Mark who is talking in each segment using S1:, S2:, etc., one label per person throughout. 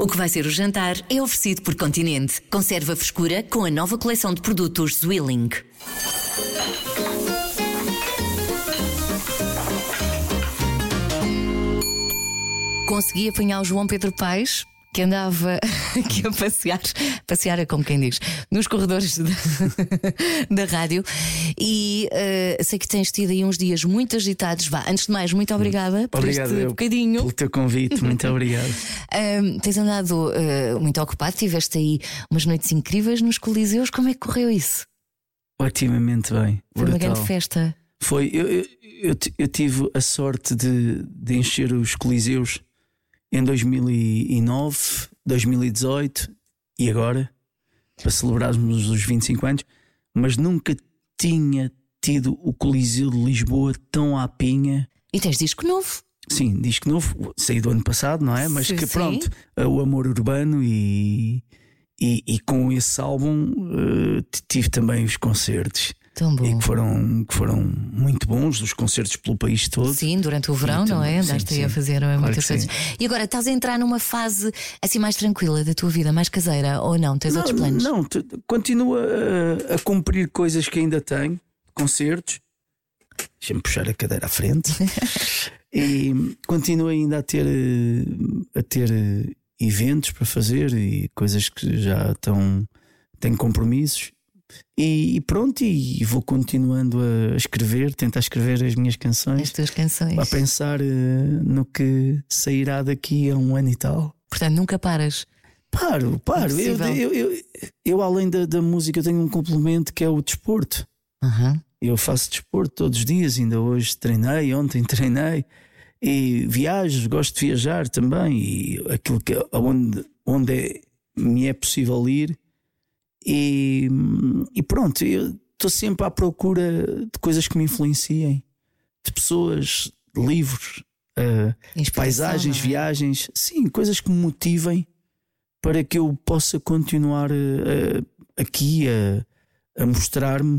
S1: O que vai ser o jantar é oferecido por Continente. Conserva a frescura com a nova coleção de produtos Zwilling. Consegui apanhar o João Pedro Paes, que andava aqui a passear é como quem diz, nos corredores da rádio. E sei que tens tido aí uns dias muito agitados. Vá, antes de mais, muito obrigada por este bocadinho.
S2: Pelo teu convite, muito obrigado.
S1: Tens andado muito ocupado, tiveste aí umas noites incríveis nos Coliseus. Como é que correu isso?
S2: Otimamente bem.
S1: Foi uma grande festa.
S2: Foi, eu tive a sorte de encher os Coliseus em 2009, 2018 e agora, para celebrarmos os 25 anos, mas nunca tinha tido o Coliseu de Lisboa tão à pinha.
S1: E tens disco novo?
S2: Sim, disco novo, saí do ano passado, não é? Mas
S1: sim,
S2: que pronto, o amor urbano e com esse álbum tive também os concertos.
S1: Tão bom.
S2: E que foram muito bons, os concertos pelo país todo.
S1: Sim, durante o verão, não é? Andaste aí a fazer muitas coisas.
S2: Sim.
S1: E agora estás a entrar numa fase assim mais tranquila da tua vida, mais caseira, ou não? Tens outros planos?
S2: Não, continuo a cumprir coisas que ainda tenho, concertos. Deixa-me puxar a cadeira à frente. E continuo ainda a ter eventos para fazer e coisas que já estão. Tenho compromissos. E pronto, e vou continuando a escrever, tentar escrever as minhas canções.
S1: As tuas canções.
S2: A pensar no que sairá daqui a um ano e tal.
S1: Portanto, nunca paras.
S2: Paro. Eu além da música, tenho um complemento que é o desporto. Eu faço desporto todos os dias, ainda hoje treinei, ontem treinei. E viajo, gosto de viajar também. E aquilo que onde me é possível ir. E pronto, eu estou sempre à procura de coisas que me influenciem, de pessoas, de livros, paisagens, viagens, sim, coisas que me motivem para que eu possa continuar aqui a mostrar-me.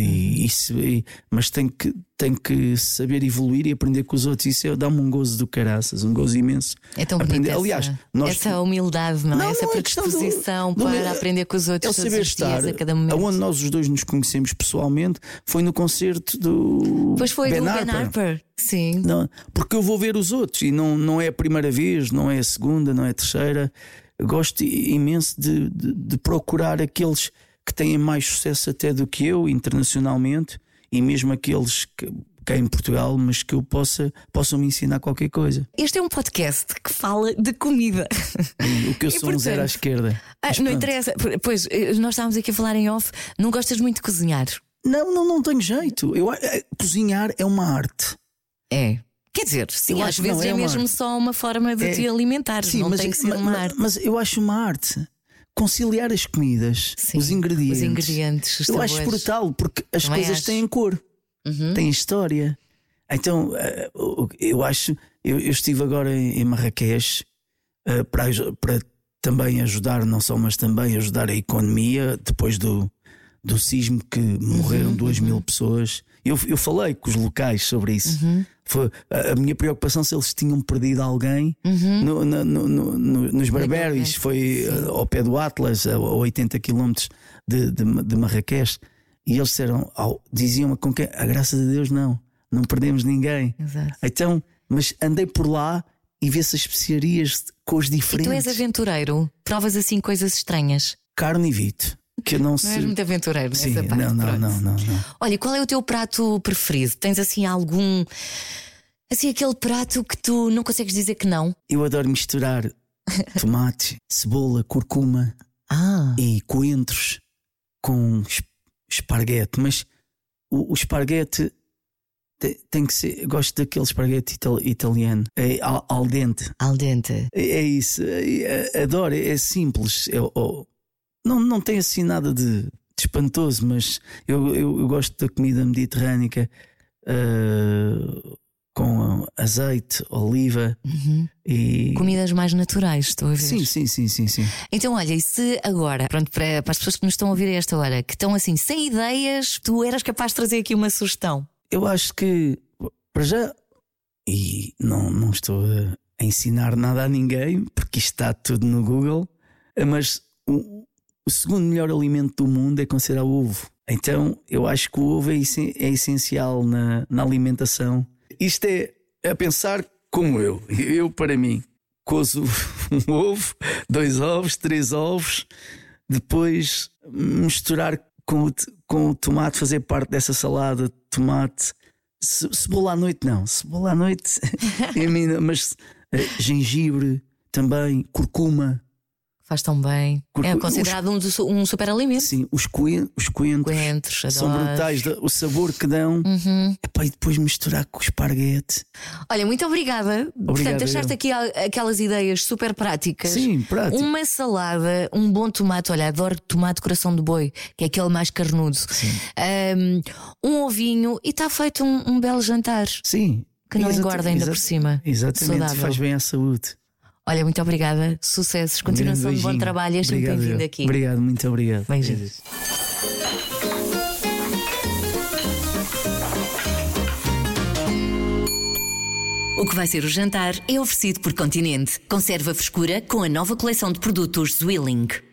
S2: Mas tenho que saber evoluir e aprender com os outros. Isso dá-me um gozo do caraças, um gozo imenso.
S1: É tão bonito.
S2: Aliás,
S1: essa humildade, não é? Essa predisposição para aprender com os outros.
S2: É saber estar.
S1: A cada momento.
S2: Onde nós os dois nos conhecemos pessoalmente foi no concerto do
S1: Ben Harper. Sim.
S2: Não, porque eu vou ver os outros e não é a primeira vez, não é a segunda, não é a terceira. Eu gosto imenso de procurar aqueles que têm mais sucesso até do que eu internacionalmente, e mesmo aqueles que cá em Portugal, mas que eu possam me ensinar qualquer coisa.
S1: Este é um podcast que fala de comida.
S2: O que eu sou, portanto, um zero à esquerda.
S1: Não interessa. Pois, nós estávamos aqui a falar em off. Não gostas muito de cozinhar?
S2: Não tenho jeito. Cozinhar é uma arte.
S1: É. Quer dizer, sim, às vezes é mesmo só uma forma de te alimentar.
S2: Sim,
S1: não tem que ser uma arte.
S2: Mas eu acho uma arte conciliar as comidas,
S1: sim,
S2: os
S1: ingredientes,
S2: eu acho brutal, porque as coisas têm cor, têm história. Então eu acho, eu estive agora em Marrakech para também ajudar, não só, mas também ajudar a economia depois do sismo, que morreram 2.000 pessoas. Eu falei com os locais sobre isso. Foi a minha preocupação se eles tinham perdido alguém nos Berberis. Foi ao pé do Atlas, a 80 km de Marrakech. E eles diziam-me com que, a graças a Deus, não perdemos ninguém.
S1: Exato.
S2: Então, mas andei por lá e vê-se as especiarias de cores diferentes.
S1: E tu és aventureiro? Provas assim coisas estranhas?
S2: Carne e vito. Que
S1: não és muito aventureiro nessa parte.
S2: Não.
S1: Olha, qual é o teu prato preferido? Tens assim algum... Assim, aquele prato que tu não consegues dizer que não?
S2: Eu adoro misturar tomate, cebola, curcuma e coentros com esparguete. Mas o esparguete tem que ser... Gosto daquele esparguete italiano. É al dente.
S1: Al dente.
S2: É isso. Adoro. É simples. Não tem assim nada de espantoso, mas eu gosto da comida mediterrânica, com azeite, oliva e...
S1: Comidas mais naturais, estou a ver.
S2: Sim.
S1: Então olha, e se agora, pronto, para as pessoas que nos estão a ouvir a esta hora, que estão assim sem ideias, tu eras capaz de trazer aqui uma sugestão?
S2: Eu acho que, para já, e não estou a ensinar nada a ninguém, porque isto está tudo no Google, mas o segundo melhor alimento do mundo é considerar o ovo. Então eu acho que o ovo é essencial na alimentação. Isto é a pensar como eu para mim, cozo um ovo, 2 ovos, 3 ovos, depois misturar com o tomate, fazer parte dessa salada de tomate. Cebola à noite não, cebola à noite mas gengibre também, curcuma.
S1: Faz tão bem. É considerado um super alimento.
S2: Sim, os coentros são brutais, o sabor que dão. Epá, e depois misturar com o esparguete.
S1: Olha, muito obrigada. Portanto, deixaste aqui aquelas ideias super práticas.
S2: Sim, prático.
S1: Uma salada, um bom tomate. Olha, adoro tomate coração de boi, que é aquele mais carnudo. Um ovinho e está feito um belo jantar.
S2: Sim.
S1: Que não engorda ainda por cima.
S2: Exatamente, saudável. Faz bem à saúde.
S1: Olha, muito obrigada, sucessos, continuação de bom trabalho. És sempre bem-vindo aqui.
S2: Obrigado, muito obrigado.
S1: Beijinhos. O que vai ser o jantar é oferecido por Continente. Conserva a frescura com a nova coleção de produtos Zwilling.